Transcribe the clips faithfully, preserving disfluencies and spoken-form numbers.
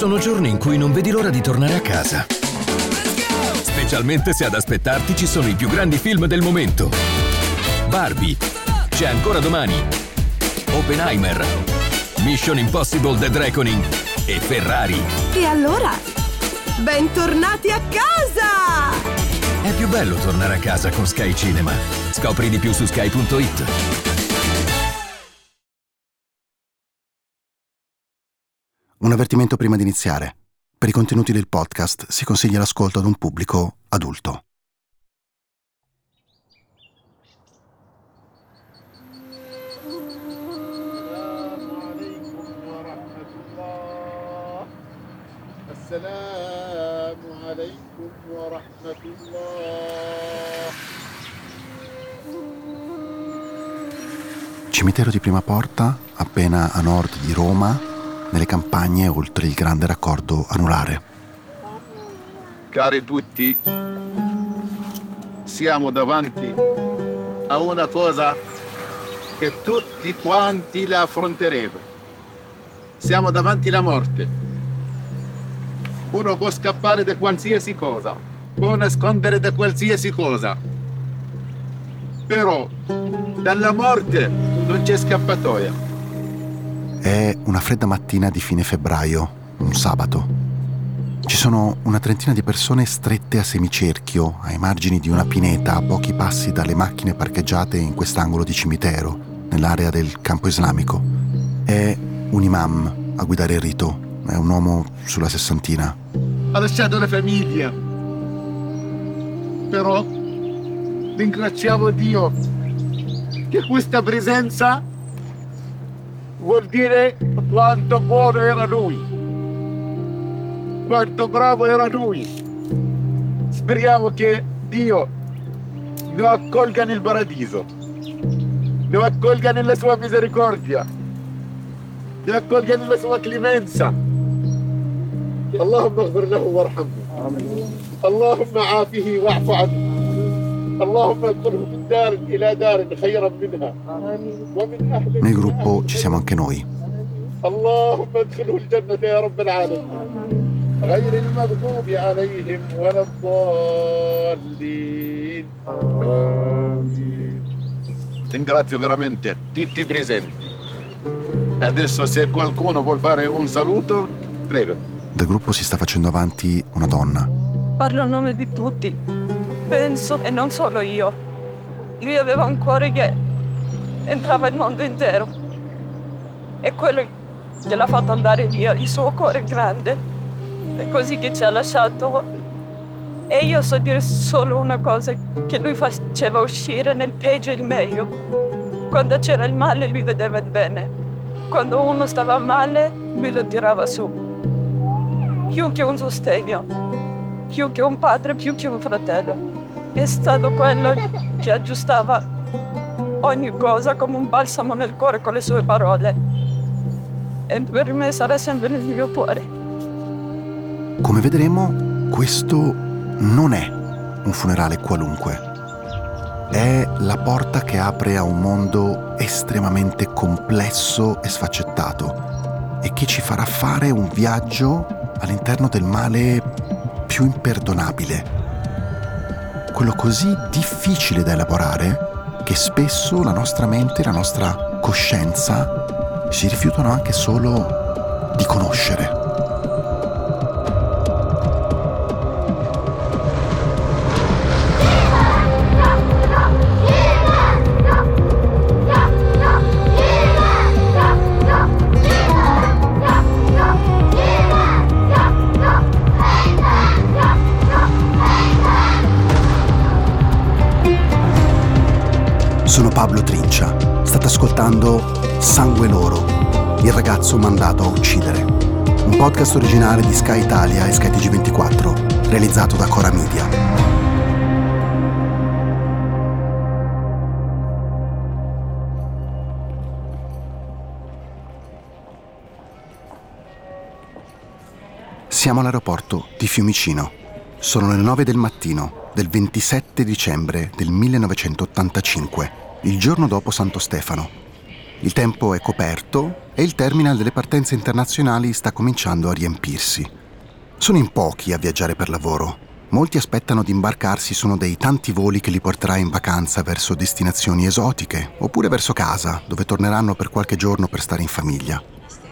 sono giorni in cui non vedi l'ora di tornare a casa. Specialmente se ad aspettarti ci sono i più grandi film del momento. Barbie, C'è ancora domani, Oppenheimer, Mission Impossible: Dead Reckoning e Ferrari. E allora, bentornati a casa! È più bello tornare a casa con Sky Cinema. Scopri di più su sky punto it. Un avvertimento prima di iniziare. Per i contenuti del podcast si consiglia l'ascolto ad un pubblico adulto. Assalamu alaikum wa rahmatullah. Cimitero di Prima Porta, appena a nord di Roma, nelle campagne oltre il grande raccordo anulare. Cari tutti, siamo davanti a una cosa che tutti quanti la affronteremo. Siamo davanti alla morte. Uno può scappare da qualsiasi cosa, può nascondere da qualsiasi cosa, però dalla morte non c'è scappatoia. È una fredda mattina di fine febbraio, un sabato. Ci sono una trentina di persone strette a semicerchio ai margini di una pineta a pochi passi dalle macchine parcheggiate in quest'angolo di cimitero, nell'area del campo islamico. È un imam a guidare il rito, è un uomo sulla sessantina. Ha lasciato la famiglia, però ringraziamo Dio che questa presenza vuol dire quanto buono era lui, quanto bravo era lui. Speriamo che Dio lo accolga nel paradiso, lo accolga nella sua misericordia, lo accolga nella sua clemenza. اللهم اغفر له وارحمه اللهم عافه واعف عنه اللهم ادخله من دار الى دار خيرا منها ومن اهله. Nel gruppo ci siamo anche noi. اللهم ادخله الجنة يا رب العالمين غير المغضوب عليهم ولا الضالين. Ringrazio veramente tutti i presenti. Adesso se qualcuno vuol fare un saluto, prego. Dal gruppo si sta facendo avanti una donna. Parlo a nome di tutti, penso, e non solo io. Lui aveva un cuore che entrava il mondo intero. E quello che l'ha fatto andare via, il suo cuore grande. È così che ci ha lasciato. E io so dire solo una cosa, che lui faceva uscire nel peggio il meglio. Quando c'era il male lui vedeva il bene. Quando uno stava male lui lo tirava su. Più che un sostegno, più che un padre, più che un fratello. È stato quello che aggiustava ogni cosa come un balsamo nel cuore con le sue parole. E per me sarà sempre nel mio cuore. Come vedremo, questo non è un funerale qualunque. È la porta che apre a un mondo estremamente complesso e sfaccettato e che ci farà fare un viaggio all'interno del male più imperdonabile. Quello così difficile da elaborare che spesso la nostra mente e la nostra coscienza si rifiutano anche solo di conoscere. Sono Pablo Trincia, state ascoltando Sangue Loro, il ragazzo mandato a uccidere, un podcast originale di Sky Italia e Sky T G ventiquattro, realizzato da Cora Media. Siamo all'aeroporto di Fiumicino. Sono le nove del mattino del ventisette dicembre del millenovecentottantacinque, il giorno dopo Santo Stefano. Il tempo è coperto e il terminal delle partenze internazionali sta cominciando a riempirsi. Sono in pochi a viaggiare per lavoro. Molti aspettano di imbarcarsi su uno dei tanti voli che li porterà in vacanza verso destinazioni esotiche, oppure verso casa, dove torneranno per qualche giorno per stare in famiglia.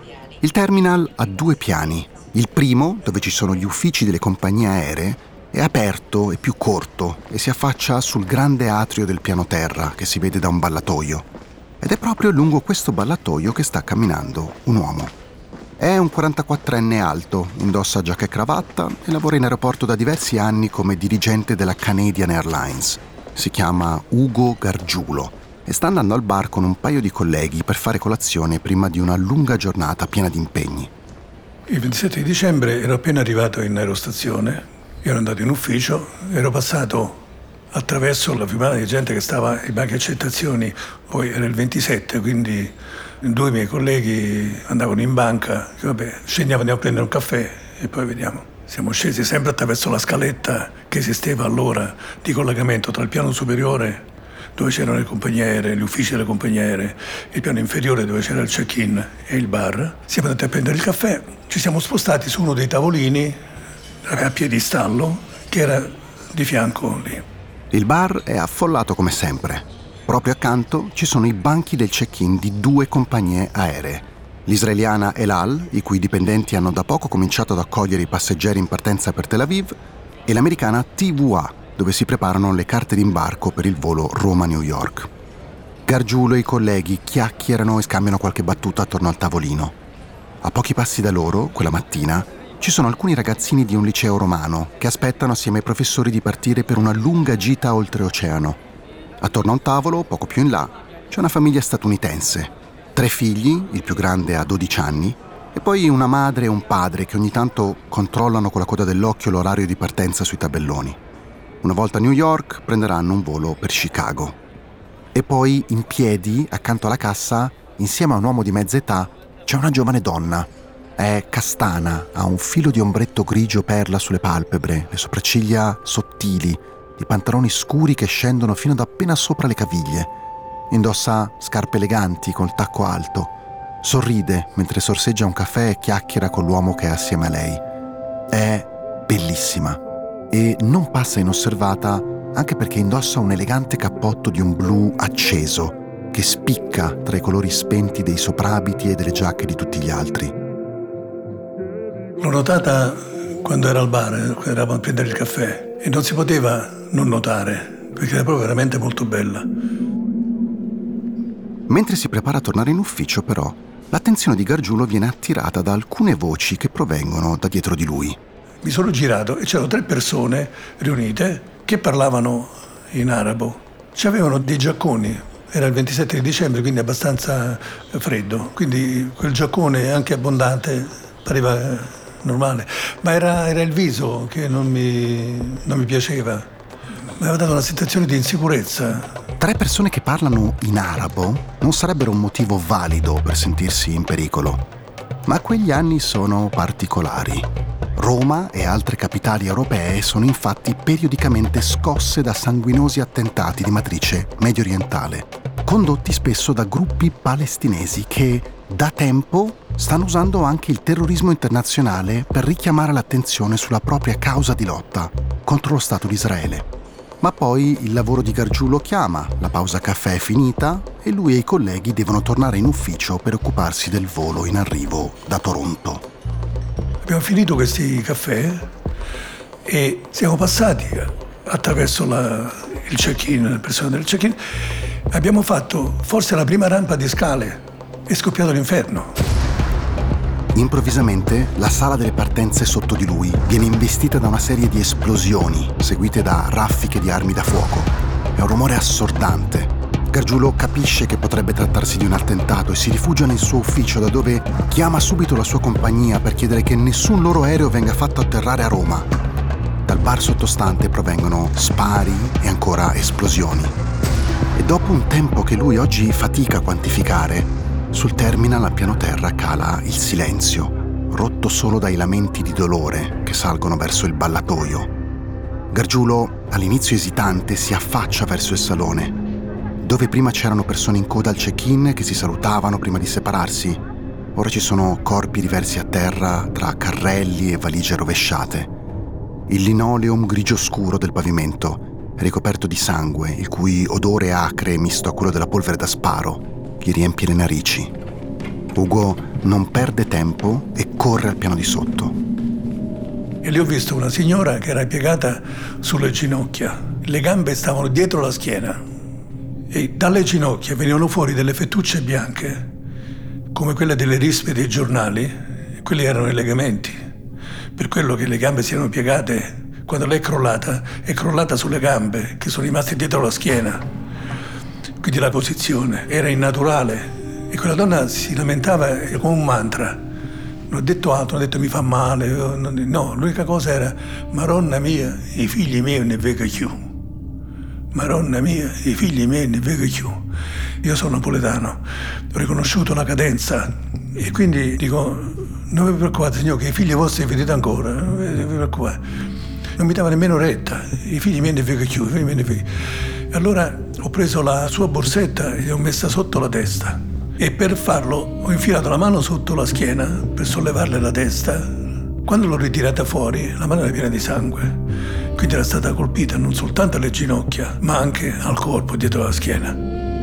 Il terminal ha due piani. Il primo, dove ci sono gli uffici delle compagnie aeree, è aperto e più corto e si affaccia sul grande atrio del piano terra che si vede da un ballatoio. Ed è proprio lungo questo ballatoio che sta camminando un uomo. È un quarantaquattrenne alto, indossa giacca e cravatta e lavora in aeroporto da diversi anni come dirigente della Canadian Airlines. Si chiama Ugo Gargiulo e sta andando al bar con un paio di colleghi per fare colazione prima di una lunga giornata piena di impegni. Il ventisette di dicembre ero appena arrivato in aerostazione, ero andato in ufficio, ero passato attraverso la fiumana di gente che stava ai banchi accettazioni, poi era il ventisette, quindi due miei colleghi andavano in banca, vabbè, scendiamo, andiamo a prendere un caffè e poi vediamo. Siamo scesi sempre attraverso la scaletta che esisteva allora di collegamento tra il piano superiore, dove c'erano le compagnie aeree, gli uffici delle compagnie aeree, e il piano inferiore dove c'era il check-in e il bar. Siamo andati a prendere il caffè, ci siamo spostati su uno dei tavolini a piedistallo che era di fianco lì. Il bar è affollato come sempre. Proprio accanto ci sono i banchi del check-in di due compagnie aeree. L'israeliana El Al, i cui dipendenti hanno da poco cominciato ad accogliere i passeggeri in partenza per Tel Aviv, e l'americana T V A, dove si preparano le carte d'imbarco per il volo Roma-New York. Gargiulo e i colleghi chiacchierano e scambiano qualche battuta attorno al tavolino. A pochi passi da loro, quella mattina, ci sono alcuni ragazzini di un liceo romano che aspettano assieme ai professori di partire per una lunga gita oltreoceano. Attorno a un tavolo, poco più in là, c'è una famiglia statunitense. Tre figli, il più grande ha dodici anni, e poi una madre e un padre che ogni tanto controllano con la coda dell'occhio l'orario di partenza sui tabelloni. Una volta a New York prenderanno un volo per Chicago. E poi, in piedi, accanto alla cassa, insieme a un uomo di mezza età, c'è una giovane donna. È castana, ha un filo di ombretto grigio perla sulle palpebre, le sopracciglia sottili, i pantaloni scuri che scendono fino ad appena sopra le caviglie. Indossa scarpe eleganti col tacco alto. Sorride mentre sorseggia un caffè e chiacchiera con l'uomo che è assieme a lei. È bellissima e non passa inosservata anche perché indossa un elegante cappotto di un blu acceso che spicca tra i colori spenti dei soprabiti e delle giacche di tutti gli altri. L'ho notata quando era al bar, quando eravamo a prendere il caffè, e non si poteva non notare, perché era proprio veramente molto bella. Mentre si prepara a tornare in ufficio, però, l'attenzione di Gargiulo viene attirata da alcune voci che provengono da dietro di lui. Mi sono girato e c'erano tre persone riunite che parlavano in arabo. C'avevano dei giacconi, era il ventisette di dicembre, quindi abbastanza freddo, quindi quel giaccone anche abbondante pareva normale, ma era, era il viso che non mi, non mi piaceva, mi aveva dato una sensazione di insicurezza. Tre persone che parlano in arabo non sarebbero un motivo valido per sentirsi in pericolo, ma quegli anni sono particolari. Roma e altre capitali europee sono infatti periodicamente scosse da sanguinosi attentati di matrice medio orientale, condotti spesso da gruppi palestinesi che da tempo stanno usando anche il terrorismo internazionale per richiamare l'attenzione sulla propria causa di lotta contro lo Stato di Israele. Ma poi il lavoro di Gargiulo chiama, la pausa caffè è finita e lui e i colleghi devono tornare in ufficio per occuparsi del volo in arrivo da Toronto. Abbiamo finito questi caffè e siamo passati attraverso la, il check-in, il personale del check-in. Abbiamo fatto forse la prima rampa di scale. È scoppiato l'inferno. Improvvisamente la sala delle partenze sotto di lui viene investita da una serie di esplosioni, seguite da raffiche di armi da fuoco. È un rumore assordante. Gargiulo capisce che potrebbe trattarsi di un attentato e si rifugia nel suo ufficio, da dove chiama subito la sua compagnia per chiedere che nessun loro aereo venga fatto atterrare a Roma. Dal bar sottostante provengono spari e ancora esplosioni. E dopo un tempo che lui oggi fatica a quantificare, sul terminal a piano terra cala il silenzio, rotto solo dai lamenti di dolore che salgono verso il ballatoio. Gargiulo, all'inizio esitante, si affaccia verso il salone. Dove prima c'erano persone in coda al check-in che si salutavano prima di separarsi, ora ci sono corpi riversi a terra tra carrelli e valigie rovesciate. Il linoleum grigio scuro del pavimento è ricoperto di sangue, il cui odore acre misto a quello della polvere da sparo gli riempie le narici. Ugo non perde tempo e corre al piano di sotto. E lì ho visto una signora che era piegata sulle ginocchia. Le gambe stavano dietro la schiena e dalle ginocchia venivano fuori delle fettucce bianche, come quelle delle rispe dei giornali. Quelli erano i legamenti. Per quello che le gambe si erano piegate, quando lei è crollata, è crollata sulle gambe che sono rimaste dietro la schiena. Quindi la posizione era innaturale e quella donna si lamentava come un mantra. Non ho detto altro, non ho detto mi fa male, no, l'unica cosa era Maronna mia, i figli miei ne vega più. Maronna mia, i figli miei ne vega più. Io sono napoletano, ho riconosciuto la cadenza e quindi dico, non vi preoccupate signore, che i figli vostri li vedete ancora, non vi preoccupate. Non mi dava nemmeno retta, i figli miei ne vega più, i figli miei ne vega più. Allora ho preso la sua borsetta e gli ho messa sotto la testa. E per farlo ho infilato la mano sotto la schiena per sollevarle la testa. Quando l'ho ritirata fuori, la mano era piena di sangue. Quindi era stata colpita non soltanto alle ginocchia, ma anche al corpo dietro la schiena.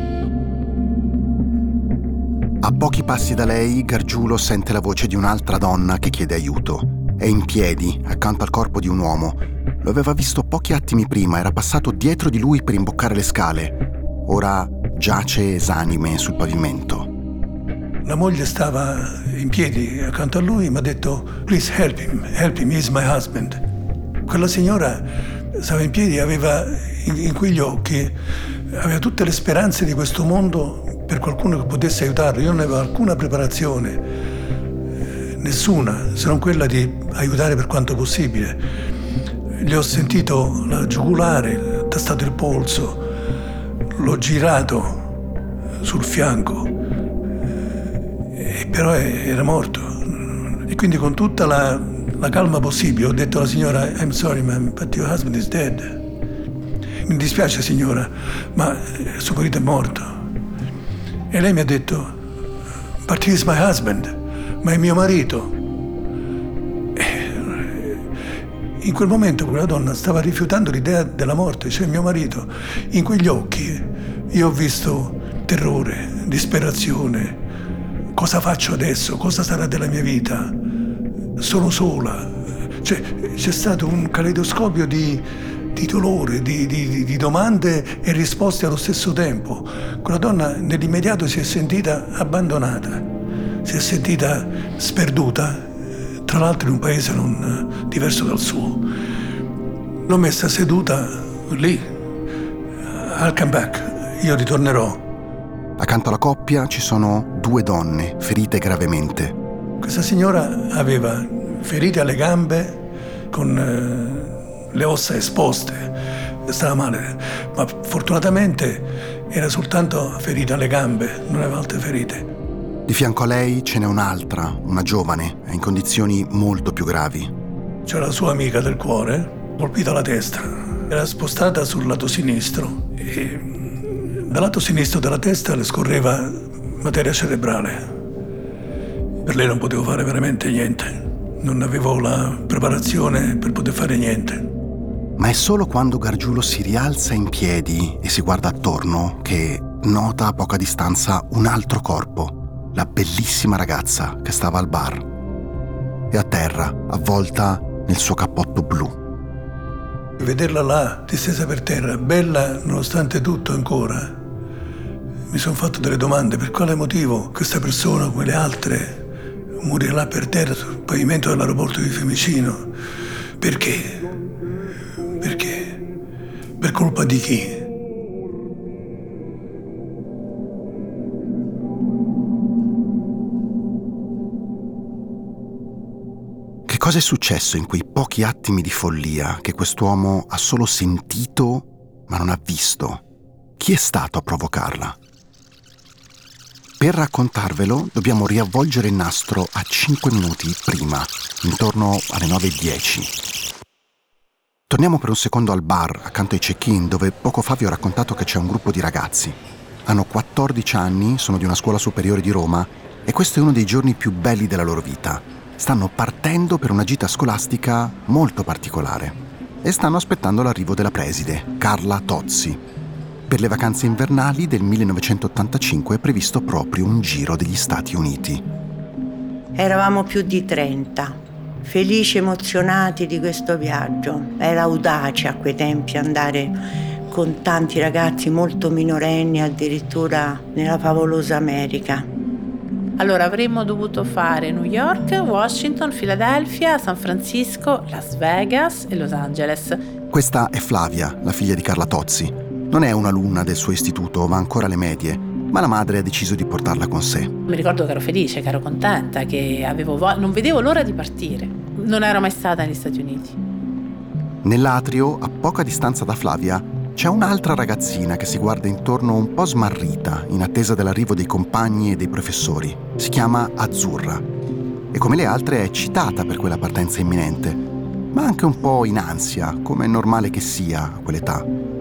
A pochi passi da lei, Gargiulo sente la voce di un'altra donna che chiede aiuto. È in piedi, accanto al corpo di un uomo. Lo aveva visto pochi attimi prima, era passato dietro di lui per imboccare le scale. Ora giace esanime sul pavimento. La moglie stava in piedi accanto a lui e mi ha detto «Please help him, help him, he's my husband». Quella signora stava in piedi e aveva in, in quegli occhi, aveva tutte le speranze di questo mondo per qualcuno che potesse aiutarlo. Io non avevo alcuna preparazione, eh, nessuna, se non quella di aiutare per quanto possibile. Gli ho sentito la giugulare, ho tastato il polso, l'ho girato sul fianco, e però era morto. E quindi con tutta la, la calma possibile ho detto alla signora I'm sorry ma'am, but your husband is dead. Mi dispiace signora, ma suo marito è morto. E lei mi ha detto but he is my husband, ma è mio marito. In quel momento quella donna stava rifiutando l'idea della morte, cioè mio marito. In quegli occhi io ho visto terrore, disperazione. Cosa faccio adesso? Cosa sarà della mia vita? Sono sola. Cioè, c'è stato un caleidoscopio di, di dolore, di, di, di domande e risposte allo stesso tempo. Quella donna nell'immediato si è sentita abbandonata, si è sentita sperduta, tra l'altro in un paese non diverso dal suo. L'ho messa seduta lì. I'll come back. Io ritornerò. Accanto alla coppia ci sono due donne ferite gravemente. Questa signora aveva ferite alle gambe con eh, le ossa esposte, stava male, ma fortunatamente era soltanto ferita alle gambe, non aveva altre ferite. Di fianco a lei ce n'è un'altra, una giovane, in condizioni molto più gravi. C'era la sua amica del cuore, colpita alla testa, era spostata sul lato sinistro e dal lato sinistro della testa le scorreva materia cerebrale. Per lei non potevo fare veramente niente, non avevo la preparazione per poter fare niente. Ma è solo quando Gargiulo si rialza in piedi e si guarda attorno che nota a poca distanza un altro corpo, la bellissima ragazza che stava al bar. È a terra, avvolta nel suo cappotto blu. Vederla là, distesa per terra, bella nonostante tutto ancora, mi sono fatto delle domande. Per quale motivo questa persona, come le altre, morirà per terra sul pavimento dell'aeroporto di Fiumicino? Perché? Perché? Per colpa di chi? Che cosa è successo in quei pochi attimi di follia che quest'uomo ha solo sentito ma non ha visto? Chi è stato a provocarla? Per raccontarvelo dobbiamo riavvolgere il nastro a cinque minuti prima, intorno alle nove e dieci. Torniamo per un secondo al bar accanto ai check-in dove poco fa vi ho raccontato che c'è un gruppo di ragazzi. Hanno quattordici anni, sono di una scuola superiore di Roma e questo è uno dei giorni più belli della loro vita. Stanno partendo per una gita scolastica molto particolare e stanno aspettando l'arrivo della preside, Carla Tozzi. Per le vacanze invernali del millenovecentottantacinque è previsto proprio un giro degli Stati Uniti. Eravamo più di trenta, felici, emozionati di questo viaggio. Era audace a quei tempi andare con tanti ragazzi molto minorenni, addirittura nella favolosa America. Allora avremmo dovuto fare New York, Washington, Filadelfia, San Francisco, Las Vegas e Los Angeles. Questa è Flavia, la figlia di Carla Tozzi. Non è un'alunna del suo istituto, va ancora alle medie, ma la madre ha deciso di portarla con sé. Mi ricordo che ero felice, che ero contenta, che avevo vo- non vedevo l'ora di partire. Non ero mai stata negli Stati Uniti. Nell'atrio, a poca distanza da Flavia, c'è un'altra ragazzina che si guarda intorno un po' smarrita, in attesa dell'arrivo dei compagni e dei professori. Si chiama Azzurra e come le altre è eccitata per quella partenza imminente, ma anche un po' in ansia, come è normale che sia a quell'età.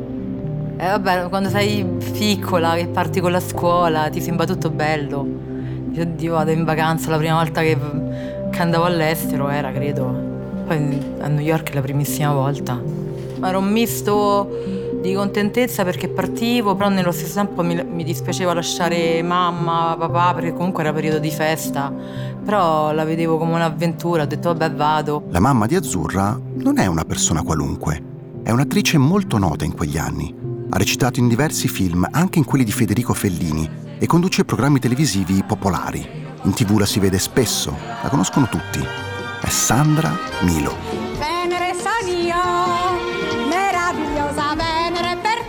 Eh vabbè, quando sei piccola, che parti con la scuola, ti sembra tutto bello. Io, oddio, vado in vacanza, la prima volta che, che andavo all'estero era, credo, poi a New York la primissima volta. Ma era un misto di contentezza perché partivo, però nello stesso tempo mi, mi dispiaceva lasciare mamma, papà, perché comunque era periodo di festa. Però la vedevo come un'avventura, ho detto vabbè vado. La mamma di Azzurra non è una persona qualunque, è un'attrice molto nota in quegli anni. Ha recitato in diversi film, anche in quelli di Federico Fellini, e conduce programmi televisivi popolari. In tivù la si vede spesso, la conoscono tutti. È Sandra Milo. Venere son io, meravigliosa Venere per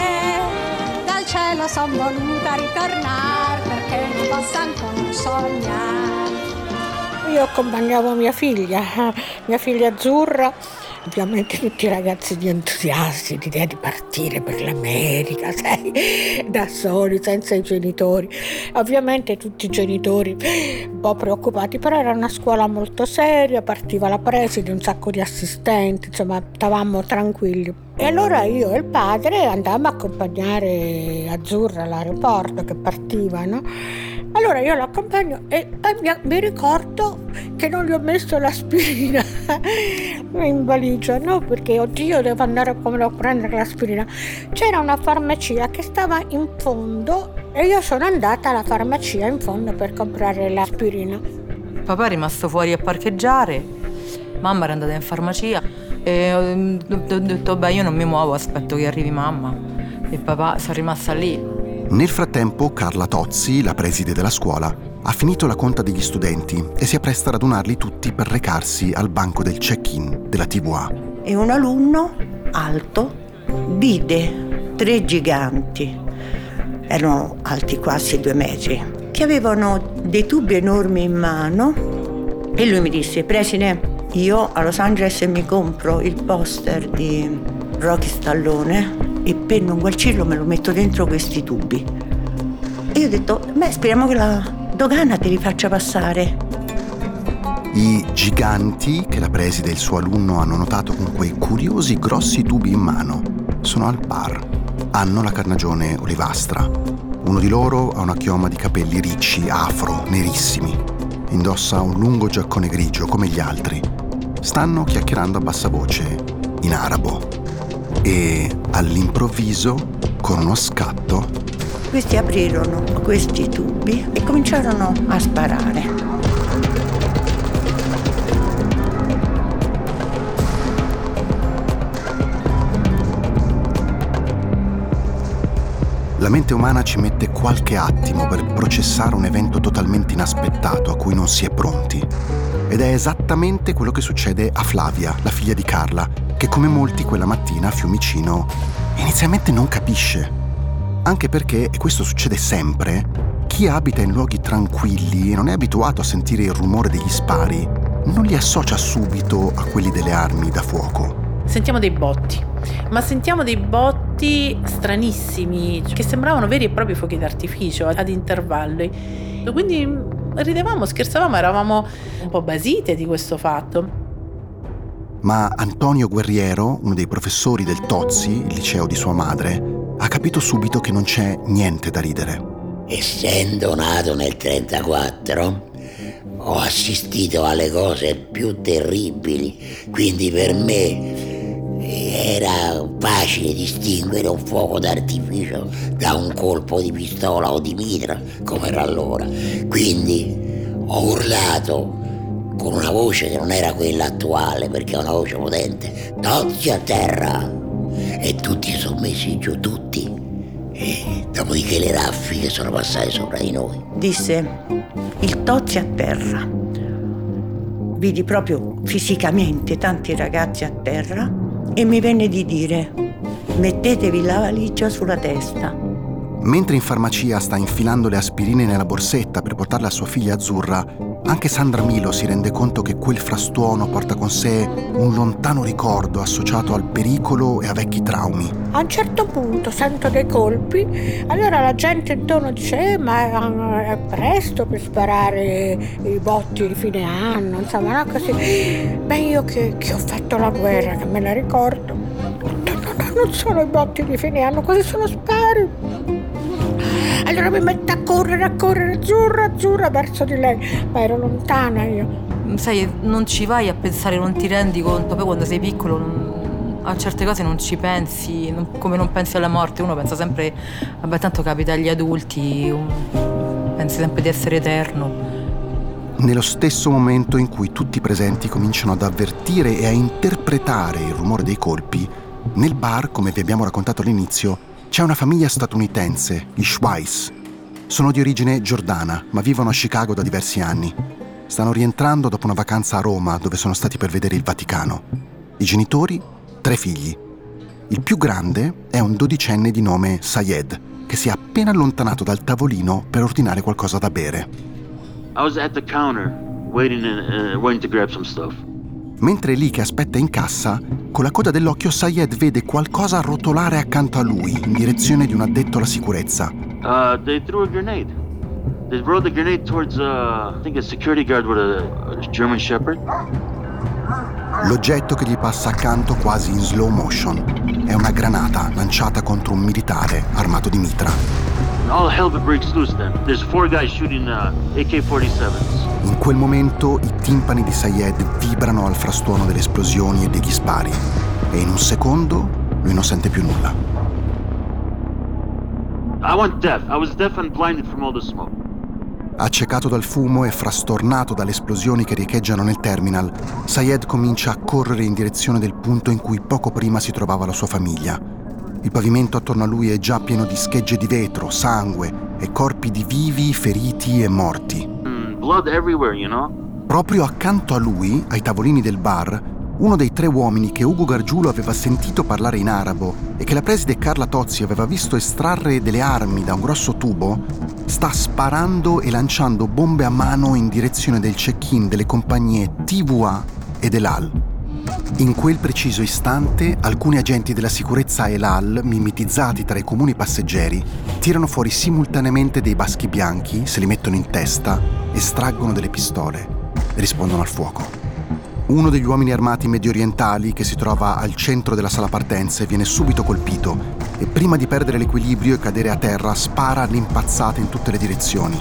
te. Dal cielo son voluta ritornare perché non posso ancora sognare. Io accompagnavo mia figlia, mia figlia Azzurra. Ovviamente tutti i ragazzi di entusiasti, l'idea di partire per l'America, sai, da soli, senza i genitori. Ovviamente tutti i genitori un po' preoccupati, però era una scuola molto seria, partiva la preside, un sacco di assistenti, insomma, stavamo tranquilli. E allora io e il padre andavamo a accompagnare Azzurra all'aeroporto che partiva, no? Allora io lo accompagno e mi ricordo che non gli ho messo l'aspirina in valigia, no? Perché oddio, devo andare a come a prendere l'aspirina. C'era una farmacia che stava in fondo e io sono andata alla farmacia in fondo per comprare l'aspirina. Papà è rimasto fuori a parcheggiare, mamma era andata in farmacia e ho detto beh, io non mi muovo, aspetto che arrivi mamma. E papà sono rimasta lì. Nel frattempo Carla Tozzi, la preside della scuola, ha finito la conta degli studenti e si appresta a radunarli tutti per recarsi al banco del check-in della T V A. E un alunno alto vide tre giganti, erano alti quasi due metri, che avevano dei tubi enormi in mano e lui mi disse: preside, io a Los Angeles mi compro il poster di Rocky Stallone e per non gualcirlo me lo metto dentro questi tubi. E io ho detto, beh, speriamo che la dogana te li faccia passare. I giganti che la preside e il suo alunno hanno notato con quei curiosi grossi tubi in mano sono al bar. Hanno la carnagione olivastra. Uno di loro ha una chioma di capelli ricci, afro, nerissimi. Indossa un lungo giaccone grigio come gli altri. Stanno chiacchierando a bassa voce in arabo. E all'improvviso, con uno scatto, questi aprirono questi tubi e cominciarono a sparare. La mente umana ci mette qualche attimo per processare un evento totalmente inaspettato a cui non si è pronti. Ed è esattamente quello che succede a Flavia, la figlia di Carla, che come molti quella mattina a Fiumicino inizialmente non capisce. Anche perché, e questo succede sempre, chi abita in luoghi tranquilli e non è abituato a sentire il rumore degli spari non li associa subito a quelli delle armi da fuoco. Sentiamo dei botti, ma sentiamo dei botti stranissimi che sembravano veri e propri fuochi d'artificio ad intervalli. Quindi ridevamo, scherzavamo, eravamo un po' basite di questo fatto. Ma Antonio Guerriero, uno dei professori del Tozzi, il liceo di sua madre, ha capito subito che non c'è niente da ridere. Essendo nato nel trentaquattro, ho assistito alle cose più terribili, quindi per me era facile distinguere un fuoco d'artificio da un colpo di pistola o di mitra, come era allora. Quindi ho urlato con una voce che non era quella attuale, perché è una voce potente: Tozzi a terra! E tutti si sono messi giù, tutti. E dopodiché le raffiche sono passate sopra di noi. Disse il Tozzi a terra. Vidi proprio fisicamente tanti ragazzi a terra e mi venne di dire: mettetevi la valigia sulla testa. Mentre in farmacia sta infilando le aspirine nella borsetta per portarle a sua figlia Azzurra, anche Sandra Milo si rende conto che quel frastuono porta con sé un lontano ricordo associato al pericolo e a vecchi traumi. A un certo punto sento dei colpi, allora la gente intorno dice eh, ma è presto per sparare i botti di fine anno, insomma, no, così. Beh, io che, che ho fatto la guerra, che me la ricordo, no, no, non sono i botti di fine anno, quasi sono spari. Allora mi metto a correre, a correre, Azzurra, Azzurra, verso di lei, ma ero lontana io. Sai, non ci vai a pensare, non ti rendi conto, poi quando sei piccolo non, a certe cose non ci pensi, non, come non pensi alla morte, uno pensa sempre, vabbè tanto capita agli adulti, un, pensi sempre di essere eterno. Nello stesso momento in cui tutti i presenti cominciano ad avvertire e a interpretare il rumore dei colpi, nel bar, come vi abbiamo raccontato all'inizio, c'è una famiglia statunitense, gli Schweiss. Sono di origine giordana, ma vivono a Chicago da diversi anni. Stanno rientrando dopo una vacanza a Roma, dove sono stati per vedere il Vaticano. I genitori, tre figli. Il più grande è un dodicenne di nome Sayed, che si è appena allontanato dal tavolino per ordinare qualcosa da bere. I was at the counter, waiting, uh, waiting to grab some stuff. Mentre è lì che aspetta in cassa, con la coda dell'occhio Sayed vede qualcosa rotolare accanto a lui, in direzione di un addetto alla sicurezza. Uh, they threw a grenade. They rolled the grenade towards, uh, I think a security guard with a, a German Shepherd. L'oggetto che gli passa accanto quasi in slow motion è una granata lanciata contro un militare armato di mitra. All hell breaks loose then. There's four guys shooting uh, A K forty-sevens. In quel momento i timpani di Sayed vibrano al frastuono delle esplosioni e degli spari e in un secondo lui non sente più nulla. I went deaf. I was deaf and blinded from all the smoke. Accecato dal fumo e frastornato dalle esplosioni che riecheggiano nel terminal, Sayed comincia a correre in direzione del punto in cui poco prima si trovava la sua famiglia. Il pavimento attorno a lui è già pieno di schegge di vetro, sangue e corpi di vivi, feriti e morti. Mm, blood everywhere, you know? Proprio accanto a lui, ai tavolini del bar, uno dei tre uomini che Ugo Gargiulo aveva sentito parlare in arabo e che la preside Carla Tozzi aveva visto estrarre delle armi da un grosso tubo, sta sparando e lanciando bombe a mano in direzione del check-in delle compagnie T V A ed El Al. In quel preciso istante, alcuni agenti della sicurezza El Al, mimetizzati tra i comuni passeggeri, tirano fuori simultaneamente dei baschi bianchi, se li mettono in testa, estraggono delle pistole e rispondono al fuoco. Uno degli uomini armati mediorientali, che si trova al centro della sala partenze, viene subito colpito e prima di perdere l'equilibrio e cadere a terra spara all'impazzata in tutte le direzioni.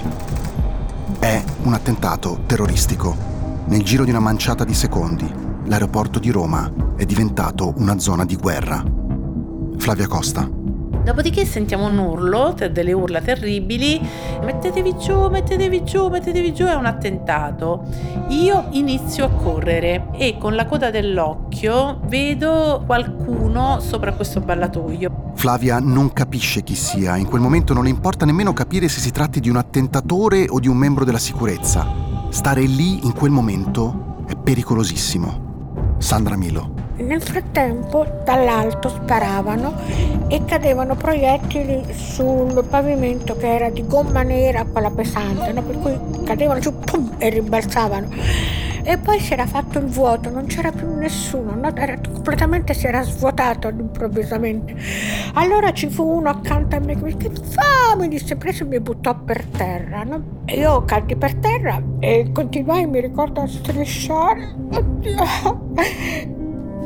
È un attentato terroristico. Nel giro di una manciata di secondi, l'aeroporto di Roma è diventato una zona di guerra. Flavia Costa. Dopodiché sentiamo un urlo, delle urla terribili: mettetevi giù, mettetevi giù, mettetevi giù, è un attentato. Io inizio a correre e con la coda dell'occhio vedo qualcuno sopra questo ballatoio. Flavia non capisce chi sia, in quel momento non le importa nemmeno capire se si tratti di un attentatore o di un membro della sicurezza. Stare lì in quel momento è pericolosissimo. Sandra Milo. Nel frattempo dall'alto sparavano e cadevano proiettili sul pavimento che era di gomma nera, quella pesante, no? Per cui cadevano giù, pum, e rimbalzavano. E poi si era fatto il vuoto, non c'era più nessuno, no? Era completamente, si era svuotato improvvisamente. Allora ci fu uno accanto a me che mi disse: che fa? Mi disse, preso e mi buttò per terra, no? E io caddi per terra e continuai, mi ricordo, a strisciare. Oddio.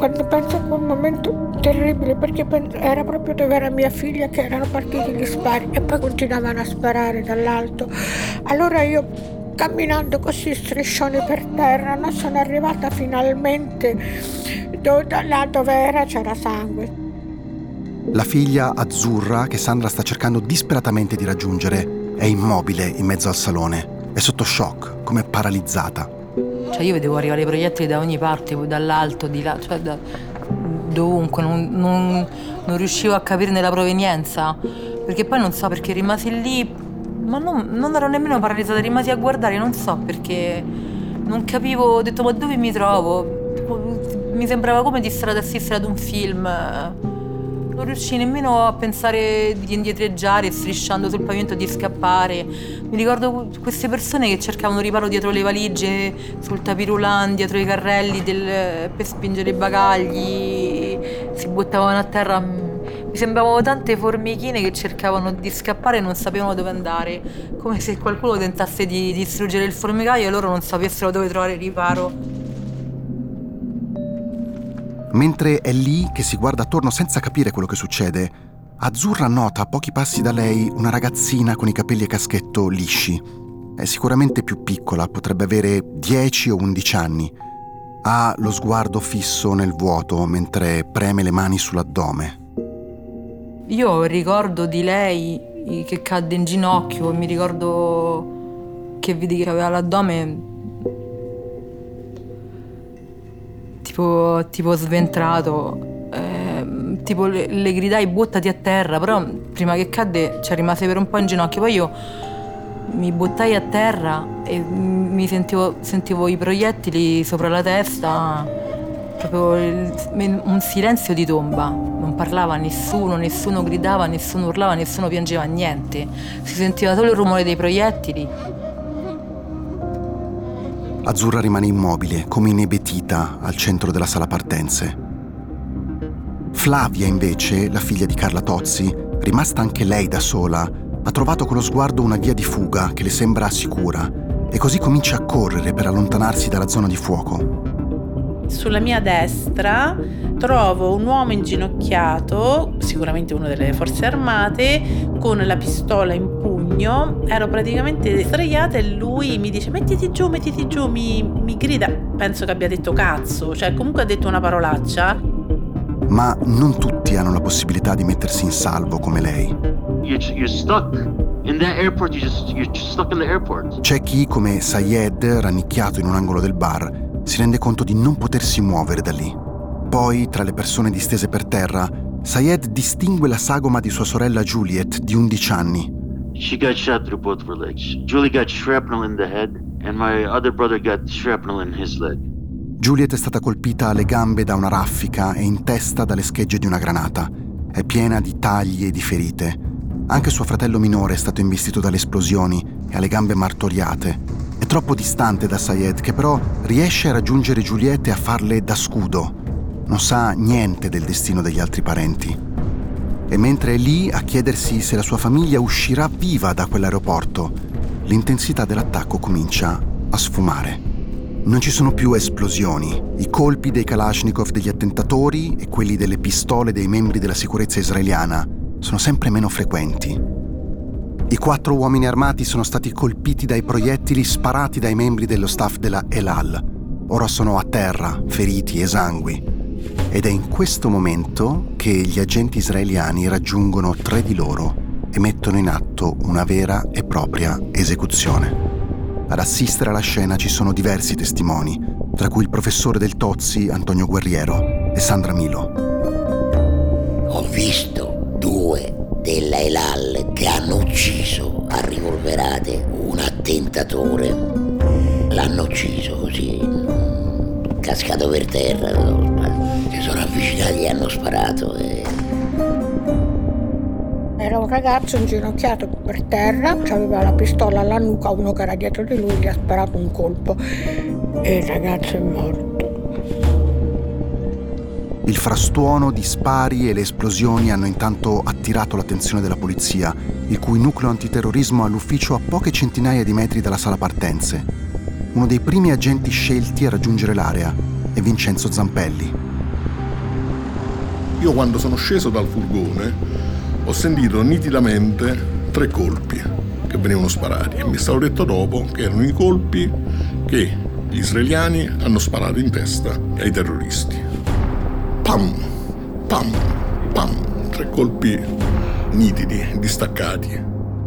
quando penso a quel momento terribile, perché era proprio dove era mia figlia che erano partiti gli spari e poi continuavano a sparare dall'alto. Allora io, camminando così striscione per terra, no, sono arrivata finalmente do, là dove era c'era sangue. La figlia azzurra, che Sandra sta cercando disperatamente di raggiungere, è immobile in mezzo al salone. È sotto shock, come paralizzata. Cioè io vedevo arrivare i proiettili da ogni parte, dall'alto, di là, cioè da dovunque, non, non, non riuscivo a capirne la provenienza, perché poi non so perché rimasi lì, ma non, non ero nemmeno paralizzata, rimasi a guardare, non so perché non capivo, ho detto ma dove mi trovo? Mi sembrava come di stare ad assistere ad un film. Non riuscii nemmeno a pensare di indietreggiare, strisciando sul pavimento, di scappare. Mi ricordo queste persone che cercavano riparo dietro le valigie, sul tapirulan, dietro i carrelli del, per spingere i bagagli, si buttavano a terra. Mi sembravano tante formichine che cercavano di scappare e non sapevano dove andare, come se qualcuno tentasse di distruggere il formicaio e loro non sapessero dove trovare riparo. Mentre è lì che si guarda attorno senza capire quello che succede, Azzurra nota a pochi passi da lei una ragazzina con i capelli a caschetto lisci. È sicuramente più piccola, potrebbe avere dieci o undici anni. Ha lo sguardo fisso nel vuoto mentre preme le mani sull'addome. Io ho il ricordo di lei che cadde in ginocchio, mi ricordo che vidi che aveva l'addome tipo, tipo sventrato, eh, tipo le, le gridai buttati a terra, però prima che cadde ci rimase per un po' in ginocchio, poi io mi buttai a terra e mi sentivo, sentivo i proiettili sopra la testa, proprio il, un silenzio di tomba, non parlava nessuno, nessuno gridava, nessuno urlava, nessuno piangeva, niente, si sentiva solo il rumore dei proiettili. Azzurra rimane immobile, come inebetita, al centro della sala partenze. Flavia, invece, la figlia di Carla Tozzi, rimasta anche lei da sola, ha trovato con lo sguardo una via di fuga che le sembra sicura e così comincia a correre per allontanarsi dalla zona di fuoco. Sulla mia destra trovo un uomo inginocchiato, sicuramente uno delle forze armate, con la pistola in pugno. Ero praticamente sdraiata e lui mi dice mettiti giù, mettiti giù, mi, mi grida, penso che abbia detto cazzo, cioè comunque ha detto una parolaccia. Ma non tutti hanno la possibilità di mettersi in salvo come lei. You're, you're stuck in that airport, you're just, you're just stuck in the airport. C'è chi, come Sayed, rannicchiato in un angolo del bar, si rende conto di non potersi muovere da lì. Poi, tra le persone distese per terra, Sayed distingue la sagoma di sua sorella Juliet, di undici anni. She got shot through both of her legs. Julie got shrapnel in the head, and my other brother got shrapnel in his leg. Juliet è stata colpita alle gambe da una raffica e in testa dalle schegge di una granata. È piena di tagli e di ferite. Anche suo fratello minore è stato investito dalle esplosioni e ha le gambe martoriate. È troppo distante da Sayed, che però riesce a raggiungere Juliet e a farle da scudo. Non sa niente del destino degli altri parenti. E mentre è lì a chiedersi se la sua famiglia uscirà viva da quell'aeroporto, l'intensità dell'attacco comincia a sfumare. Non ci sono più esplosioni. I colpi dei Kalashnikov degli attentatori e quelli delle pistole dei membri della sicurezza israeliana sono sempre meno frequenti. I quattro uomini armati sono stati colpiti dai proiettili sparati dai membri dello staff della El Al. Ora sono a terra, feriti, esangui. Ed è in questo momento che gli agenti israeliani raggiungono tre di loro e mettono in atto una vera e propria esecuzione. Ad assistere alla scena ci sono diversi testimoni, tra cui il professore del Tozzi, Antonio Guerriero, e Sandra Milo. Ho visto due della El Al che hanno ucciso a rivolverate un attentatore. L'hanno ucciso così, cascato per terra, si sono avvicinati e hanno sparato. E... Era un ragazzo inginocchiato per terra, aveva la pistola alla nuca, uno che era dietro di lui gli ha sparato un colpo e il ragazzo è morto. Il frastuono di spari e le esplosioni hanno intanto attirato l'attenzione della polizia, il cui nucleo antiterrorismo ha l'ufficio a poche centinaia di metri dalla sala partenze. Uno dei primi agenti scelti a raggiungere l'area è Vincenzo Zampelli. Io quando sono sceso dal furgone ho sentito nitidamente tre colpi che venivano sparati e mi è stato detto dopo che erano i colpi che gli israeliani hanno sparato in testa ai terroristi. Pam, pam, pam, tre colpi nitidi, distaccati.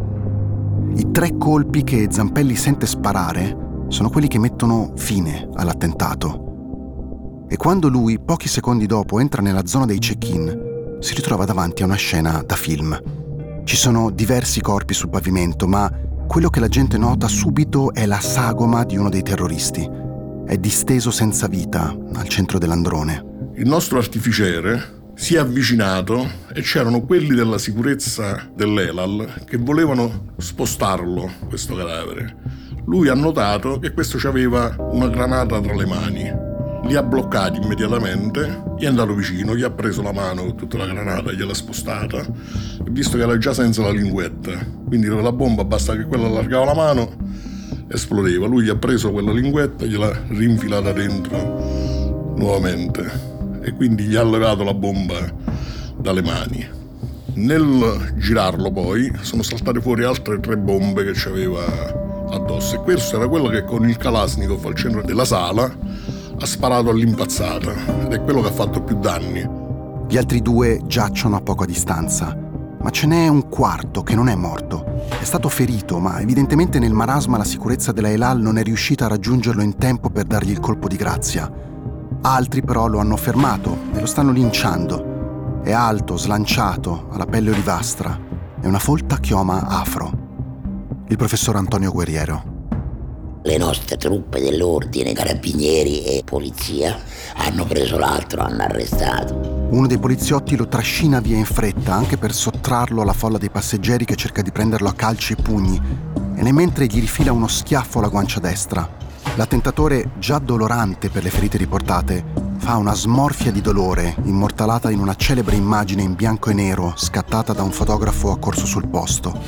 I tre colpi che Zampelli sente sparare sono quelli che mettono fine all'attentato. E quando lui, pochi secondi dopo, entra nella zona dei check-in, si ritrova davanti a una scena da film. Ci sono diversi corpi sul pavimento, ma quello che la gente nota subito è la sagoma di uno dei terroristi. È disteso senza vita al centro dell'androne. Il nostro artificiere si è avvicinato e c'erano quelli della sicurezza dell'Elal che volevano spostarlo, questo cadavere. Lui ha notato che questo aveva una granata tra le mani. Li ha bloccati immediatamente, gli è andato vicino, gli ha preso la mano con tutta la granata, gliel'ha spostata, e visto che era già senza la linguetta, quindi la bomba basta che quella allargava la mano, esplodeva. Lui gli ha preso quella linguetta e gliel'ha rinfilata dentro nuovamente. E quindi gli ha levato la bomba dalle mani. Nel girarlo poi sono saltate fuori altre tre bombe che c'aveva addosso e questo era quello che con il Kalashnikov al centro della sala ha sparato all'impazzata ed è quello che ha fatto più danni. Gli altri due giacciono a poca distanza, ma ce n'è un quarto che non è morto. È stato ferito, ma evidentemente nel marasma la sicurezza della Elal non è riuscita a raggiungerlo in tempo per dargli il colpo di grazia. Altri però lo hanno fermato e lo stanno linciando. È alto, slanciato, ha la pelle olivastra e una folta chioma afro. Il professor Antonio Guerriero. Le nostre truppe dell'ordine, carabinieri e polizia hanno preso l'altro, hanno arrestato. Uno dei poliziotti lo trascina via in fretta anche per sottrarlo alla folla dei passeggeri che cerca di prenderlo a calci e pugni e nel mentre gli rifila uno schiaffo alla guancia destra. L'attentatore, già dolorante per le ferite riportate, fa una smorfia di dolore immortalata in una celebre immagine in bianco e nero scattata da un fotografo accorso sul posto.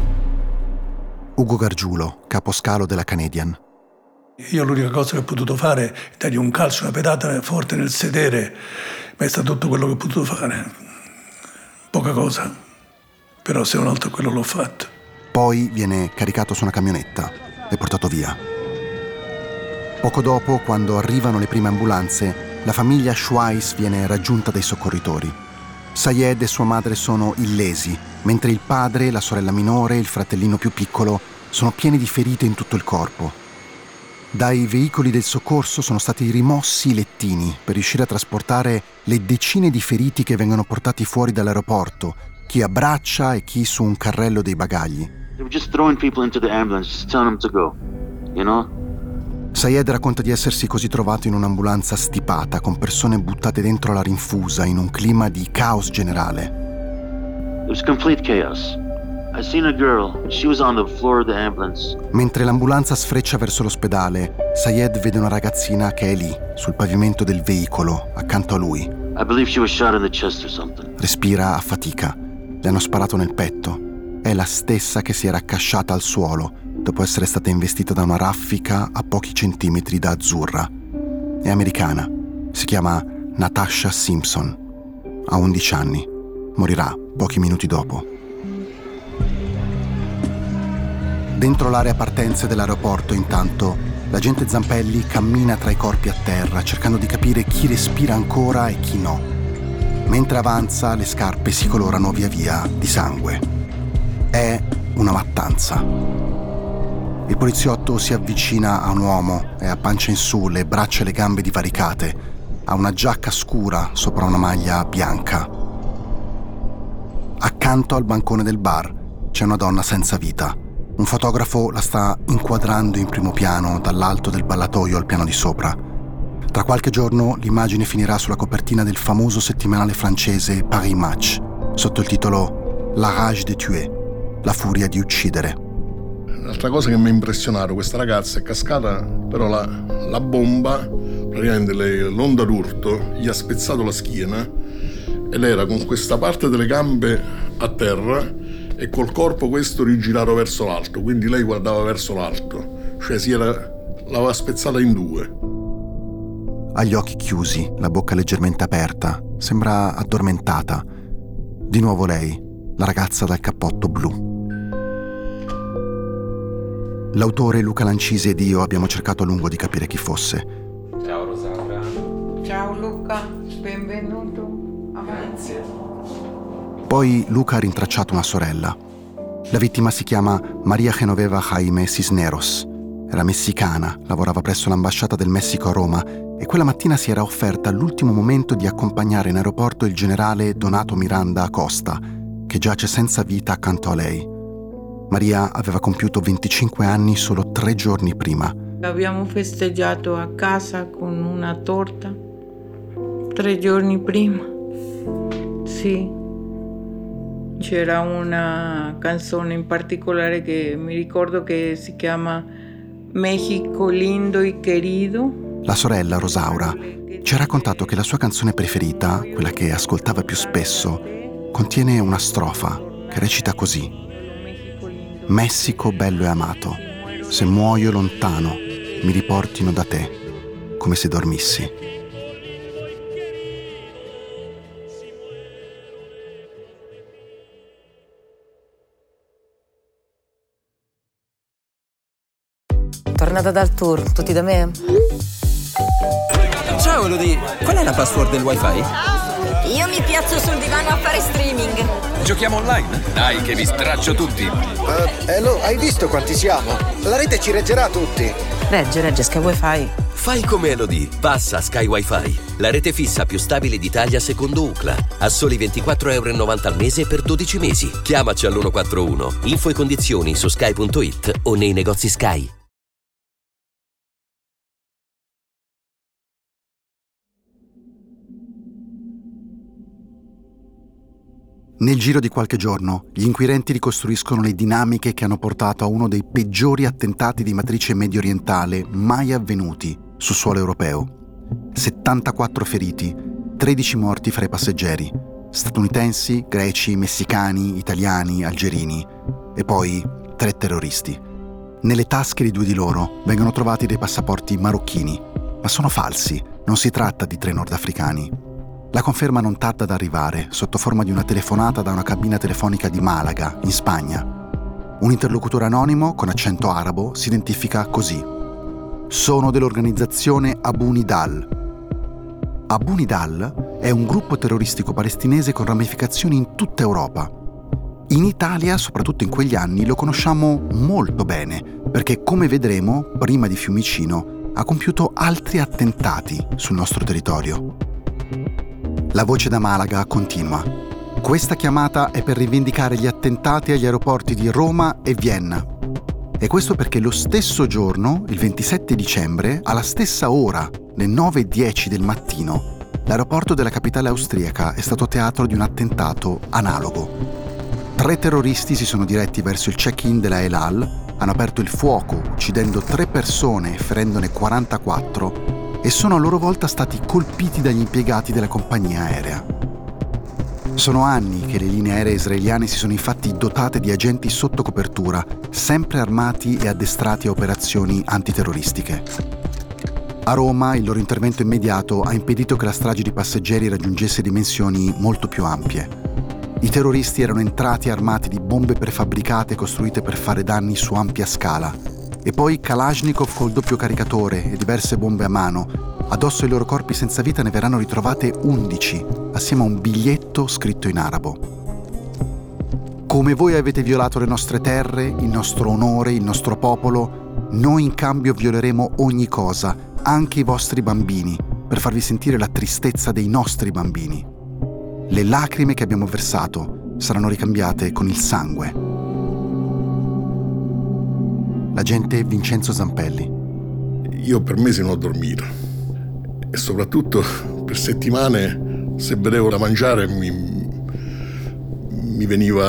Ugo Gargiulo, caposcalo della Canadian. Io l'unica cosa che ho potuto fare è dargli un calcio, una pedata forte nel sedere, ma è stato tutto quello che ho potuto fare. Poca cosa, però se un altro quello l'ho fatto. Poi viene caricato su una camionetta e portato via. Poco dopo, quando arrivano le prime ambulanze, la famiglia Schweiss viene raggiunta dai soccorritori. Sayed e sua madre sono illesi, mentre il padre, la sorella minore e il fratellino più piccolo sono pieni di ferite in tutto il corpo. Dai veicoli del soccorso sono stati rimossi i lettini per riuscire a trasportare le decine di feriti che vengono portati fuori dall'aeroporto, chi a braccia e chi su un carrello dei bagagli. They were just throwing people into the ambulance, just telling them to go, you know? Sayed racconta di essersi così trovato in un'ambulanza stipata, con persone buttate dentro la rinfusa, in un clima di caos generale. It was complete chaos. I seen a girl, she was on the floor of the ambulance. Mentre l'ambulanza sfreccia verso l'ospedale, Sayed vede una ragazzina che è lì, sul pavimento del veicolo, accanto a lui. I believe she was shot in the chest or something. Respira a fatica. Le hanno sparato nel petto. È la stessa che si era accasciata al suolo dopo essere stata investita da una raffica a pochi centimetri da Azzurra. È americana. Si chiama Natasha Simpson. Ha undici anni. Morirà pochi minuti dopo. Dentro l'area partenze dell'aeroporto, intanto, l'agente Zampelli cammina tra i corpi a terra, cercando di capire chi respira ancora e chi no. Mentre avanza, le scarpe si colorano via via di sangue. È una mattanza. Il poliziotto si avvicina a un uomo, è a pancia in su, le braccia e le gambe divaricate, ha una giacca scura sopra una maglia bianca. Accanto al bancone del bar c'è una donna senza vita. Un fotografo la sta inquadrando in primo piano dall'alto del ballatoio al piano di sopra. Tra qualche giorno l'immagine finirà sulla copertina del famoso settimanale francese Paris Match, sotto il titolo La rage de tuer, la furia di uccidere. L'altra cosa che mi ha impressionato, questa ragazza è cascata, però la, la bomba, praticamente lei, l'onda d'urto, gli ha spezzato la schiena e lei era con questa parte delle gambe a terra e col corpo questo rigirato verso l'alto, quindi lei guardava verso l'alto, cioè si era, l'aveva spezzata in due. ha gli occhi chiusi, la bocca leggermente aperta, sembra addormentata. Di nuovo lei, la ragazza dal cappotto blu. L'autore Luca Lancisi ed io abbiamo cercato a lungo di capire chi fosse. Ciao Rosaura. Ciao Luca, benvenuto. Grazie. Poi Luca ha rintracciato una sorella. La vittima si chiama Maria Genoveva Jaime Cisneros. Era messicana, lavorava presso l'ambasciata del Messico a Roma e quella mattina si era offerta all'ultimo momento di accompagnare in aeroporto il generale Donato Miranda Acosta, che giace senza vita accanto a lei. Maria aveva compiuto venticinque anni solo tre giorni prima. Abbiamo festeggiato a casa con una torta tre giorni prima. Sì. C'era una canzone in particolare che mi ricordo che si chiama México lindo y querido. La sorella Rosaura ci ha raccontato che la sua canzone preferita, quella che ascoltava più spesso, contiene una strofa che recita così: Messico bello e amato, se muoio lontano mi riportino da te, come se dormissi. Tornata dal tour, tutti da me? Ciao Elodie, qual è la password del wifi? Io mi piazzo sul divano a fare streaming. Giochiamo online? Dai che vi straccio tutti. Uh, Elo, hai visto quanti siamo? La rete ci reggerà a tutti. Regge, regge, Sky Wi-Fi. Fai come Elodie, passa a Sky Wi-Fi. La rete fissa più stabile d'Italia secondo U C L A. A soli ventiquattro euro e novanta al mese per dodici mesi. Chiamaci all'uno quattro uno. Info e condizioni su sky punto it o nei negozi Sky. Nel giro di qualche giorno, gli inquirenti ricostruiscono le dinamiche che hanno portato a uno dei peggiori attentati di matrice medio-orientale mai avvenuti su suolo europeo. settantaquattro feriti, tredici morti fra i passeggeri, statunitensi, greci, messicani, italiani, algerini e poi tre terroristi. Nelle tasche di due di loro vengono trovati dei passaporti marocchini, ma sono falsi, non si tratta di tre nordafricani. La conferma non tarda ad arrivare, sotto forma di una telefonata da una cabina telefonica di Malaga, in Spagna. Un interlocutore anonimo, con accento arabo, si identifica così: sono dell'organizzazione Abu Nidal. Abu Nidal è un gruppo terroristico palestinese con ramificazioni in tutta Europa. In Italia, soprattutto in quegli anni, lo conosciamo molto bene, perché, come vedremo, prima di Fiumicino, ha compiuto altri attentati sul nostro territorio. La voce da Malaga continua. Questa chiamata è per rivendicare gli attentati agli aeroporti di Roma e Vienna. E questo perché lo stesso giorno, il ventisette dicembre, alla stessa ora, alle nove e dieci del mattino, l'aeroporto della capitale austriaca è stato teatro di un attentato analogo. Tre terroristi si sono diretti verso il check-in della El Al, hanno aperto il fuoco, uccidendo tre persone e ferendone quarantaquattro, e sono a loro volta stati colpiti dagli impiegati della compagnia aerea. Sono anni che le linee aeree israeliane si sono infatti dotate di agenti sotto copertura, sempre armati e addestrati a operazioni antiterroristiche. A Roma il loro intervento immediato ha impedito che la strage di passeggeri raggiungesse dimensioni molto più ampie. I terroristi erano entrati armati di bombe prefabbricate costruite per fare danni su ampia scala, e poi Kalashnikov col doppio caricatore e diverse bombe a mano. Addosso ai loro corpi senza vita ne verranno ritrovate undici, assieme a un biglietto scritto in arabo. Come voi avete violato le nostre terre, il nostro onore, il nostro popolo, noi in cambio violeremo ogni cosa, anche i vostri bambini, per farvi sentire la tristezza dei nostri bambini. Le lacrime che abbiamo versato saranno ricambiate con il sangue. L'agente Vincenzo Zampelli. Io per mesi non ho dormito e soprattutto per settimane, se vedevo da mangiare mi, mi veniva,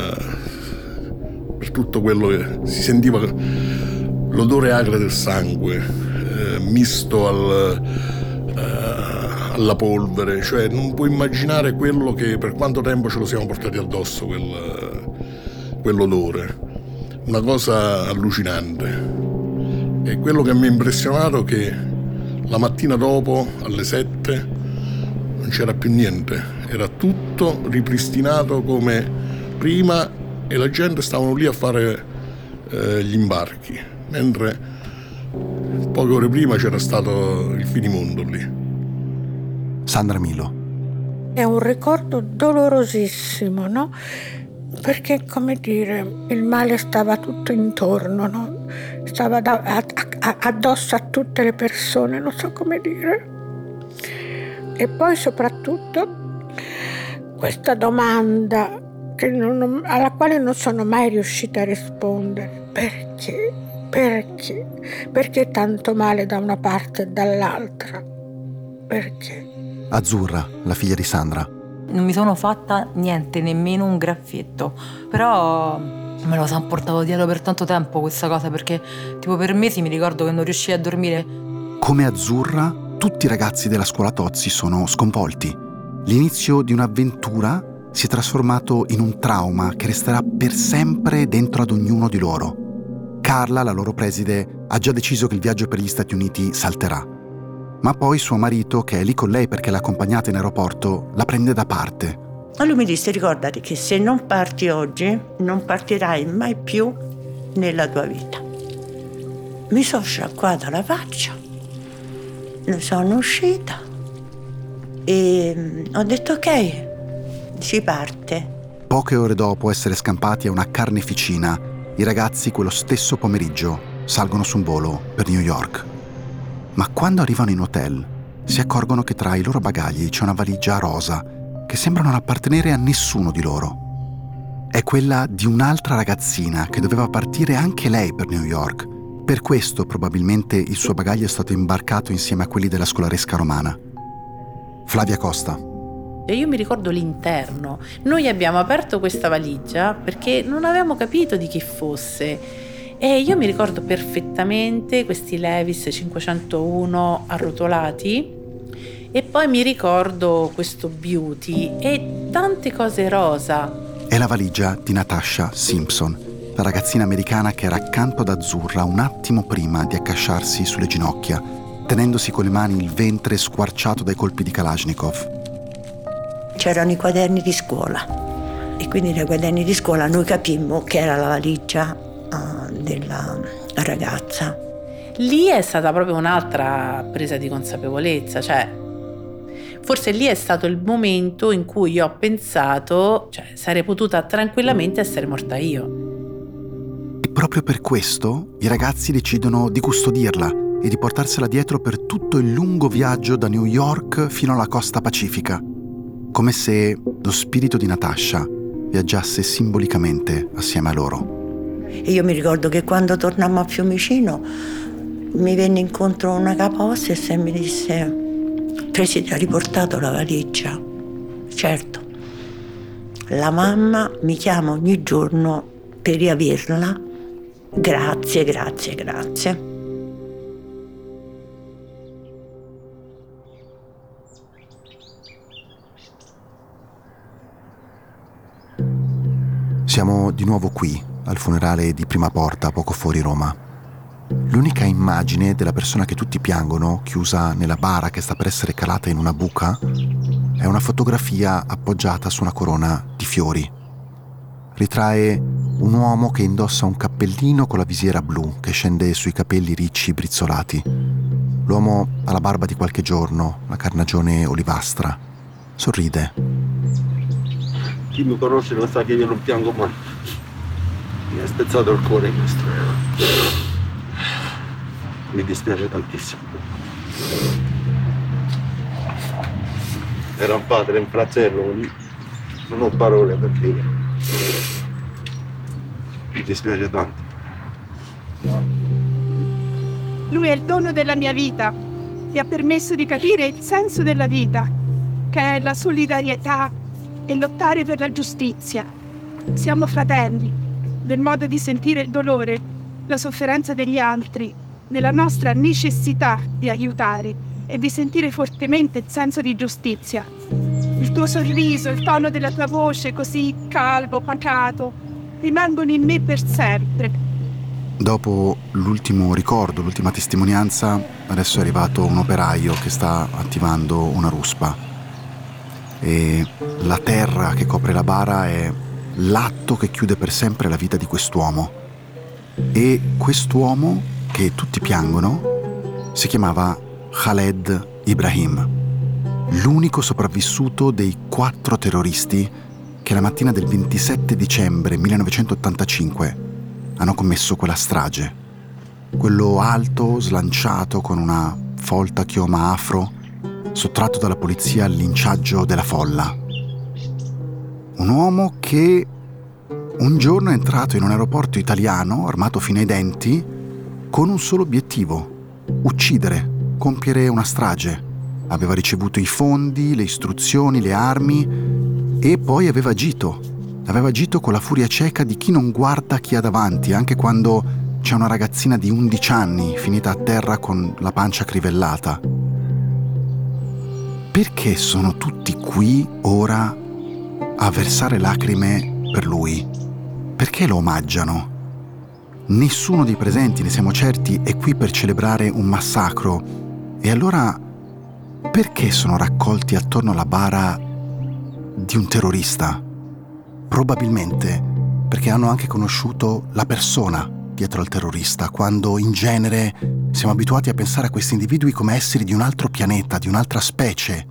per tutto quello che si sentiva, l'odore acre del sangue eh, misto al, eh, alla polvere, cioè non puoi immaginare quello che per quanto tempo ce lo siamo portati addosso, quel, quell'odore. Una cosa allucinante. E quello che mi ha impressionato è che La mattina dopo, alle sette, non c'era più niente. Era tutto ripristinato come prima e la gente stavano lì a fare eh, gli imbarchi, mentre poche ore prima c'era stato il finimondo lì. Sandra Milo. È un ricordo dolorosissimo, no? Perché, come dire, il male stava tutto intorno, no? Stava da, a, a, addosso a tutte le persone, non so come dire. E poi soprattutto questa domanda che non, alla quale non sono mai riuscita a rispondere. Perché? Perché? Perché tanto male da una parte e dall'altra? Perché? Azzurra, la figlia di Sandra. Non mi sono fatta niente, nemmeno un graffietto, però me lo sono portato dietro per tanto tempo questa cosa, perché tipo per mesi mi ricordo che non riuscivo a dormire. Come Azzurra, tutti i ragazzi della scuola Tozzi sono sconvolti. L'inizio di un'avventura si è trasformato in un trauma che resterà per sempre dentro ad ognuno di loro. Carla, la loro preside, ha già deciso che il viaggio per gli Stati Uniti salterà. Ma poi suo marito, che è lì con lei perché l'ha accompagnata in aeroporto, la prende da parte. Ma lui mi disse: ricordati che se non parti oggi, non partirai mai più nella tua vita. Mi sono sciacquata la faccia, ne sono uscita e ho detto ok, si parte. Poche ore dopo essere scampati a una carneficina, i ragazzi quello stesso pomeriggio salgono su un volo per New York. Ma quando arrivano in hotel si accorgono che tra i loro bagagli c'è una valigia rosa che sembra non appartenere a nessuno di loro. È quella di un'altra ragazzina che doveva partire anche lei per New York. Per questo probabilmente il suo bagaglio è stato imbarcato insieme a quelli della scolaresca romana. Flavia Costa. E io mi ricordo l'interno. Noi abbiamo aperto questa valigia perché non avevamo capito di chi fosse. E io mi ricordo perfettamente questi Levi's cinquecentouno arrotolati e poi mi ricordo questo Beauty e tante cose rosa. È la valigia di Natasha Simpson, la ragazzina americana che era accanto ad Azzurra un attimo prima di accasciarsi sulle ginocchia, tenendosi con le mani il ventre squarciato dai colpi di Kalashnikov. C'erano i quaderni di scuola e quindi nei quaderni di scuola noi capimmo che era la valigia della ragazza. Lì è stata proprio un'altra presa di consapevolezza, cioè forse lì è stato il momento in cui io ho pensato, cioè sarei potuta tranquillamente essere morta io. E proprio per questo i ragazzi decidono di custodirla e di portarsela dietro per tutto il lungo viaggio da New York fino alla costa pacifica, come se lo spirito di Natasha viaggiasse simbolicamente assieme a loro. E io mi ricordo che quando tornammo a Fiumicino mi venne incontro una capo hostess e mi disse: Preside, ha riportato la valigia? Certo. La mamma mi chiama ogni giorno per riaverla. Grazie, grazie, grazie. Siamo di nuovo qui, al funerale di Prima Porta, poco fuori Roma. L'unica immagine della persona che tutti piangono, chiusa nella bara che sta per essere calata in una buca, è una fotografia appoggiata su una corona di fiori. Ritrae un uomo che indossa un cappellino con la visiera blu che scende sui capelli ricci brizzolati. L'uomo ha la barba di qualche giorno, la carnagione olivastra. Sorride. Chi mi conosce lo sa che io non piango mai. Mi è spezzato il cuore questo. Mi dispiace tantissimo. Era un padre, un fratello, non ho parole per dire. Mi dispiace tanto. Lui è il dono della mia vita. Mi ha permesso di capire il senso della vita, che è la solidarietà e lottare per la giustizia. Siamo fratelli, nel modo di sentire il dolore, la sofferenza degli altri, nella nostra necessità di aiutare e di sentire fortemente il senso di giustizia. Il tuo sorriso, il tono della tua voce così calmo, pacato, rimangono in me per sempre. Dopo l'ultimo ricordo, l'ultima testimonianza, adesso è arrivato un operaio che sta attivando una ruspa e la terra che copre la bara è l'atto che chiude per sempre la vita di quest'uomo. E quest'uomo, che tutti piangono, si chiamava Khaled Ibrahim, l'unico sopravvissuto dei quattro terroristi che la mattina del ventisette dicembre millenovecentottantacinque hanno commesso quella strage. Quello alto, slanciato, con una folta chioma afro, sottratto dalla polizia al linciaggio della folla. Un uomo che un giorno è entrato in un aeroporto italiano, armato fino ai denti, con un solo obiettivo: uccidere, compiere una strage. Aveva ricevuto i fondi, le istruzioni, le armi e poi aveva agito. Aveva agito con la furia cieca di chi non guarda chi ha davanti, anche quando c'è una ragazzina di undici anni finita a terra con la pancia crivellata. Perché sono tutti qui ora a versare lacrime per lui? Perché lo omaggiano? Nessuno dei presenti, ne siamo certi, è qui per celebrare un massacro. E allora perché sono raccolti attorno alla bara di un terrorista? Probabilmente perché hanno anche conosciuto la persona dietro al terrorista, quando in genere siamo abituati a pensare a questi individui come esseri di un altro pianeta, di un'altra specie.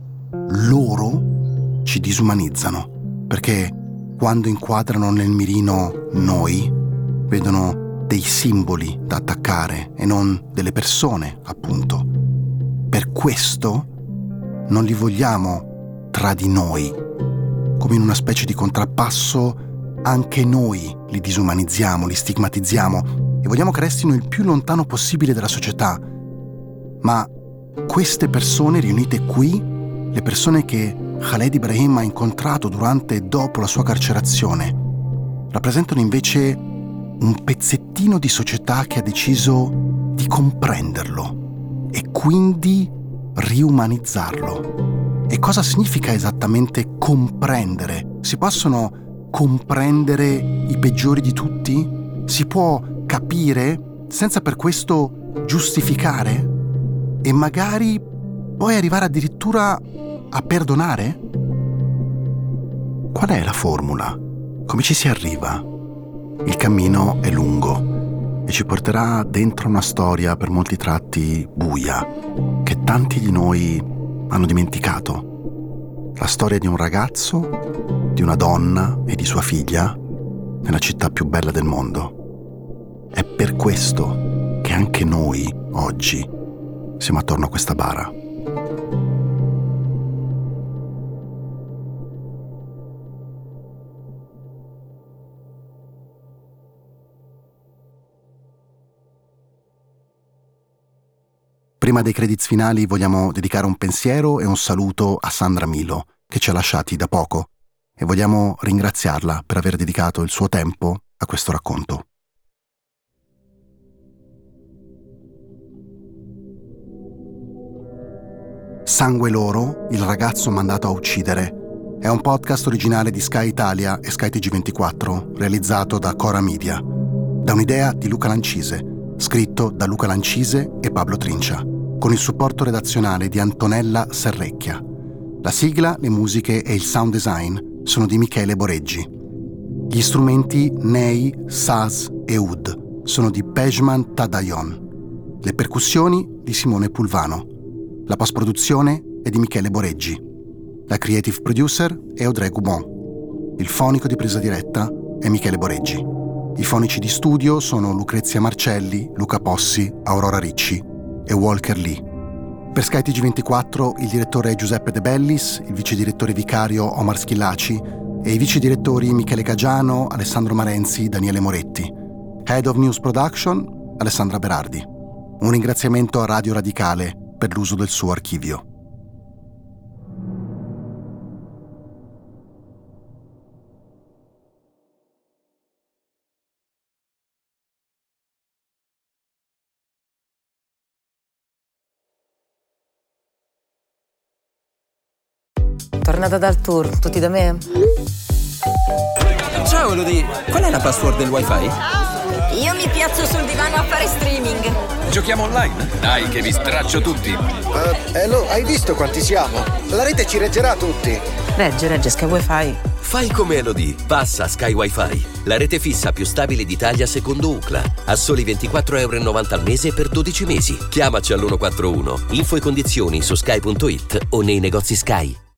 Loro ci disumanizzano, perché quando inquadrano nel mirino noi, vedono dei simboli da attaccare e non delle persone, appunto. Per questo non li vogliamo tra di noi. Come in una specie di contrappasso, anche noi li disumanizziamo, li stigmatizziamo e vogliamo che restino il più lontano possibile dalla società. Ma queste persone riunite qui, le persone che Khaled Ibrahim ha incontrato durante e dopo la sua carcerazione, rappresentano invece un pezzettino di società che ha deciso di comprenderlo e quindi riumanizzarlo. E cosa significa esattamente comprendere? Si possono comprendere i peggiori di tutti? Si può capire senza per questo giustificare? E magari poi arrivare addirittura a perdonare? Qual è la formula? Come ci si arriva? Il cammino è lungo e ci porterà dentro una storia per molti tratti buia, che tanti di noi hanno dimenticato. La storia di un ragazzo, di una donna e di sua figlia nella città più bella del mondo. È per questo che anche noi oggi siamo attorno a questa bara. Prima dei credits finali vogliamo dedicare un pensiero e un saluto a Sandra Milo, che ci ha lasciati da poco, e vogliamo ringraziarla per aver dedicato il suo tempo a questo racconto. Sangue loro, il ragazzo mandato a uccidere, è un podcast originale di Sky Italia e Sky T G ventiquattro, realizzato da Cora Media, da un'idea di Luca Lancise, scritto da Luca Lancise e Pablo Trincia, con il supporto redazionale di Antonella Serrecchia. La sigla, le musiche e il sound design sono di Michele Boreggi. Gli strumenti Ney, Saz e Ud sono di Pejman Tadayon. Le percussioni di Simone Pulvano. La post-produzione è di Michele Boreggi. La creative producer è Audrey Goubon. Il fonico di presa diretta è Michele Boreggi. I fonici di studio sono Lucrezia Marcelli, Luca Possi, Aurora Ricci e Walker Lee. Per Sky T G ventiquattro il direttore è Giuseppe De Bellis, il vice direttore vicario Omar Schillaci e i vice direttori Michele Cagiano, Alessandro Marenzi, Daniele Moretti. Head of News Production, Alessandra Berardi. Un ringraziamento a Radio Radicale per l'uso del suo archivio. Tornata dal tour, tutti da me? Ciao Elodie, qual è la password del wifi? Io mi piazzo sul divano a fare streaming. Giochiamo online? Dai che vi straccio tutti. Uh, Elo, hai visto quanti siamo? La rete ci reggerà tutti. Regge, regge, Sky Wi-Fi. Fai come Elodie, passa a Sky Wi-Fi, la rete fissa più stabile d'Italia secondo U C L A, a soli ventiquattro euro e novanta al mese per dodici mesi. Chiamaci all'uno quattro uno. Info e condizioni su sky punto it o nei negozi Sky.